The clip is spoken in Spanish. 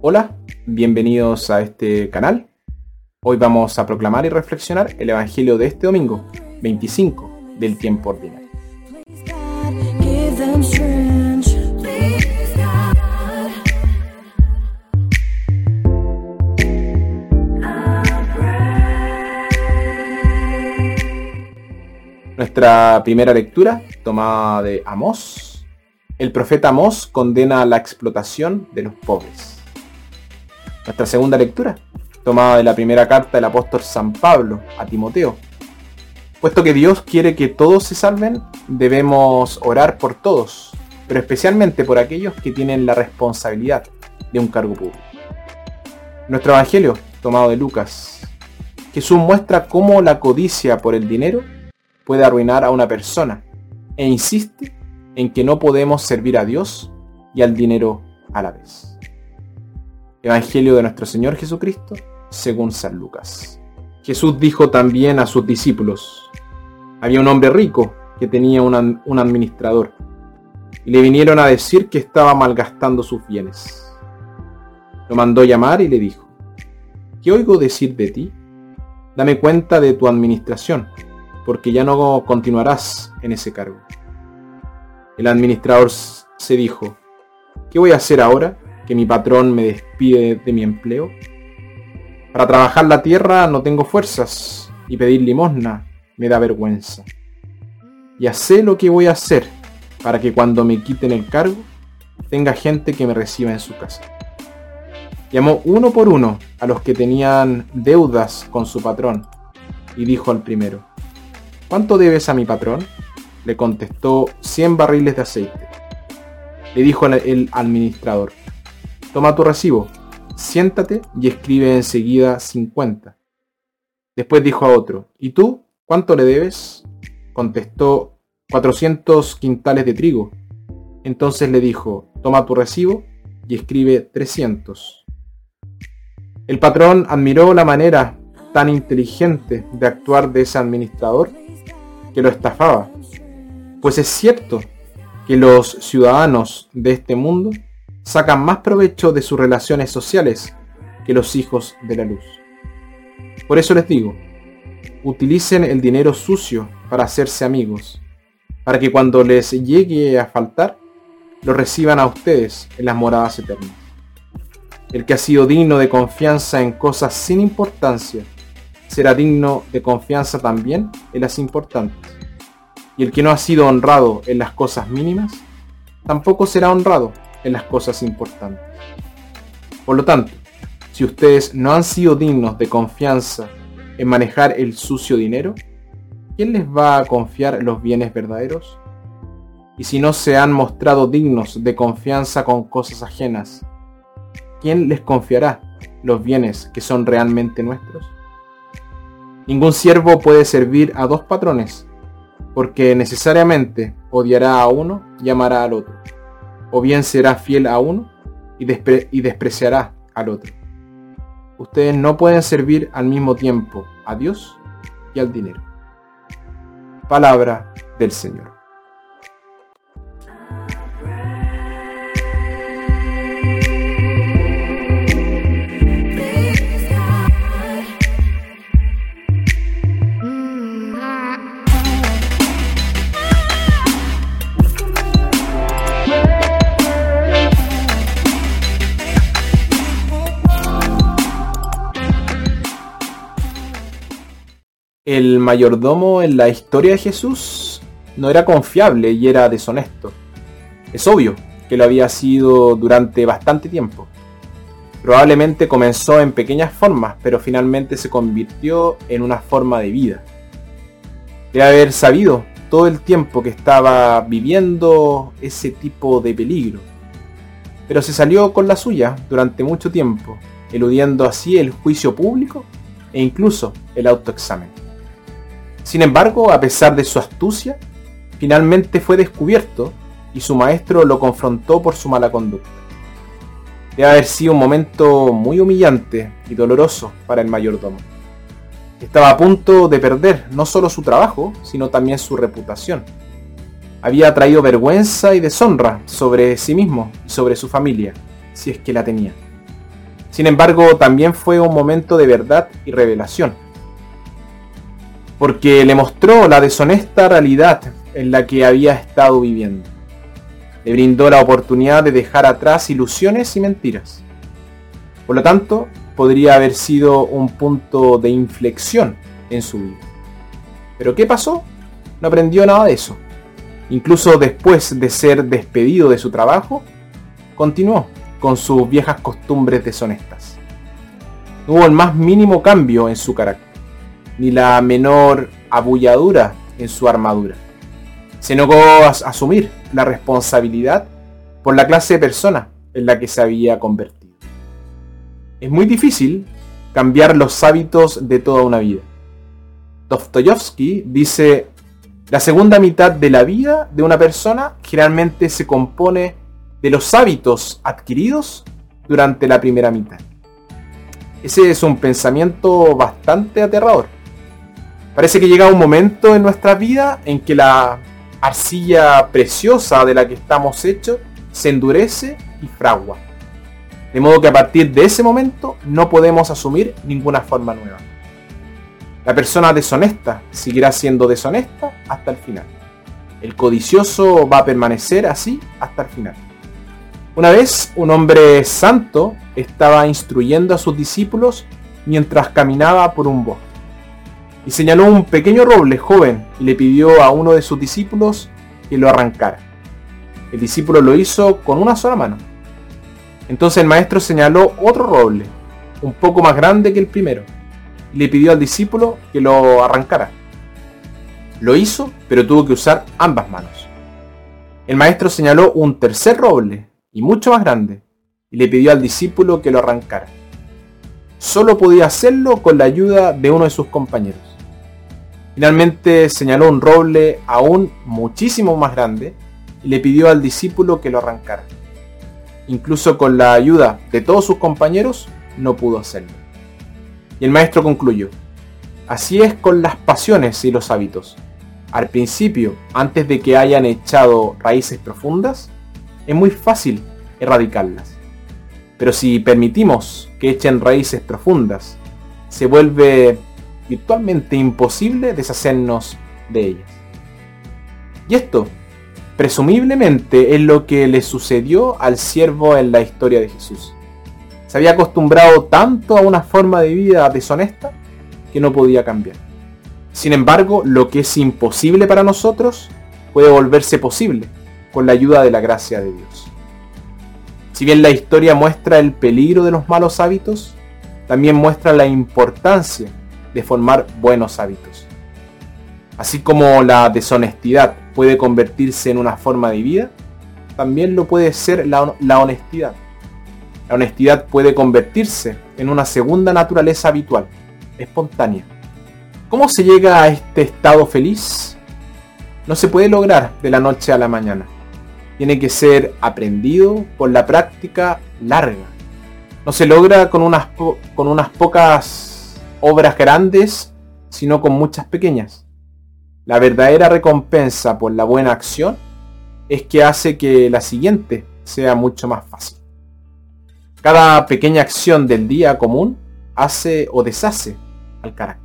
Hola, bienvenidos a este canal. Hoy vamos a proclamar y reflexionar el Evangelio de este domingo, 25 del tiempo ordinario. Nuestra primera lectura, tomada de Amós. El profeta Amós condena la explotación de los pobres. Nuestra segunda lectura, tomada de la primera carta del apóstol San Pablo a Timoteo. Puesto que Dios quiere que todos se salven, debemos orar por todos, pero especialmente por aquellos que tienen la responsabilidad de un cargo público. Nuestro Evangelio, tomado de Lucas. Jesús muestra cómo la codicia por el dinero puede arruinar a una persona e insiste en que no podemos servir a Dios y al dinero a la vez. Evangelio de nuestro Señor Jesucristo según San Lucas. Jesús dijo también a sus discípulos: había un hombre rico que tenía un administrador, y le vinieron a decir que estaba malgastando sus bienes. Lo mandó llamar y le dijo: ¿qué oigo decir de ti? Dame cuenta de tu administración, porque ya no continuarás en ese cargo. El administrador se dijo: ¿qué voy a hacer ahora que mi patrón me despide de mi empleo? Para trabajar la tierra no tengo fuerzas, y pedir limosna me da vergüenza. Ya sé lo que voy a hacer para que cuando me quiten el cargo tenga gente que me reciba en su casa. Llamó uno por uno a los que tenían deudas con su patrón y dijo al primero: ¿cuánto debes a mi patrón? Le contestó: 100 barriles de aceite. Le dijo el administrador: toma tu recibo, siéntate y escribe enseguida 50. Después dijo a otro: ¿y tú cuánto le debes? Contestó: 400 quintales de trigo. Entonces le dijo: toma tu recibo y escribe 300. El patrón admiró la manera tan inteligente de actuar de ese administrador que lo estafaba, pues es cierto que los ciudadanos de este mundo sacan más provecho de sus relaciones sociales que los hijos de la luz. Por eso les digo, utilicen el dinero sucio para hacerse amigos, para que cuando les llegue a faltar, lo reciban a ustedes en las moradas eternas. El que ha sido digno de confianza en cosas sin importancia, será digno de confianza también en las importantes. Y el que no ha sido honrado en las cosas mínimas, tampoco será honrado en las cosas importantes. Por lo tanto, si ustedes no han sido dignos de confianza en manejar el sucio dinero, ¿quién les va a confiar los bienes verdaderos? Y si no se han mostrado dignos de confianza con cosas ajenas, ¿quién les confiará los bienes que son realmente nuestros? Ningún siervo puede servir a dos patrones, porque necesariamente odiará a uno y amará al otro, o bien será fiel a uno y despreciará al otro. Ustedes no pueden servir al mismo tiempo a Dios y al dinero. Palabra del Señor. El mayordomo en la historia de Jesús no era confiable y era deshonesto. Es obvio que lo había sido durante bastante tiempo. Probablemente comenzó en pequeñas formas, pero finalmente se convirtió en una forma de vida. Debe haber sabido todo el tiempo que estaba viviendo ese tipo de peligro. Pero se salió con la suya durante mucho tiempo, eludiendo así el juicio público e incluso el autoexamen. Sin embargo, a pesar de su astucia, finalmente fue descubierto y su maestro lo confrontó por su mala conducta. Debe haber sido un momento muy humillante y doloroso para el mayordomo. Estaba a punto de perder no solo su trabajo, sino también su reputación. Había traído vergüenza y deshonra sobre sí mismo y sobre su familia, si es que la tenía. Sin embargo, también fue un momento de verdad y revelación, porque le mostró la deshonesta realidad en la que había estado viviendo. Le brindó la oportunidad de dejar atrás ilusiones y mentiras. Por lo tanto, podría haber sido un punto de inflexión en su vida. ¿Pero qué pasó? No aprendió nada de eso. Incluso después de ser despedido de su trabajo, continuó con sus viejas costumbres deshonestas. No hubo el más mínimo cambio en su carácter, ni la menor abulladura en su armadura. Se negó a asumir la responsabilidad por la clase de persona en la que se había convertido. Es muy difícil cambiar los hábitos de toda una vida. Dostoyevsky dice: la segunda mitad de la vida de una persona generalmente se compone de los hábitos adquiridos durante la primera mitad. Ese es un pensamiento bastante aterrador. Parece que llega un momento en nuestra vida en que la arcilla preciosa de la que estamos hechos se endurece y fragua. De modo que a partir de ese momento no podemos asumir ninguna forma nueva. La persona deshonesta seguirá siendo deshonesta hasta el final. El codicioso va a permanecer así hasta el final. Una vez un hombre santo estaba instruyendo a sus discípulos mientras caminaba por un bosque. Y señaló un pequeño roble joven y le pidió a uno de sus discípulos que lo arrancara. El discípulo lo hizo con una sola mano. Entonces el maestro señaló otro roble, un poco más grande que el primero, y le pidió al discípulo que lo arrancara. Lo hizo, pero tuvo que usar ambas manos. El maestro señaló un tercer roble, y mucho más grande, y le pidió al discípulo que lo arrancara. Solo podía hacerlo con la ayuda de uno de sus compañeros. Finalmente señaló un roble aún muchísimo más grande y le pidió al discípulo que lo arrancara. Incluso con la ayuda de todos sus compañeros no pudo hacerlo. Y el maestro concluyó: así es con las pasiones y los hábitos. Al principio, antes de que hayan echado raíces profundas, es muy fácil erradicarlas. Pero si permitimos que echen raíces profundas, se vuelve virtualmente imposible deshacernos de ellas. Y esto, presumiblemente, es lo que le sucedió al siervo en la historia de Jesús. Se había acostumbrado tanto a una forma de vida deshonesta que no podía cambiar. Sin embargo, lo que es imposible para nosotros puede volverse posible con la ayuda de la gracia de Dios. Si bien la historia muestra el peligro de los malos hábitos, también muestra la importancia de formar buenos hábitos. Así como la deshonestidad puede convertirse en una forma de vida, también lo puede ser la honestidad. La honestidad puede convertirse en una segunda naturaleza habitual, espontánea. ¿Cómo se llega a este estado feliz? No se puede lograr de la noche a la mañana. Tiene que ser aprendido por la práctica larga. No se logra con unas pocas obras grandes, sino con muchas pequeñas. La verdadera recompensa por la buena acción es que hace que la siguiente sea mucho más fácil. Cada pequeña acción del día común hace o deshace al carácter.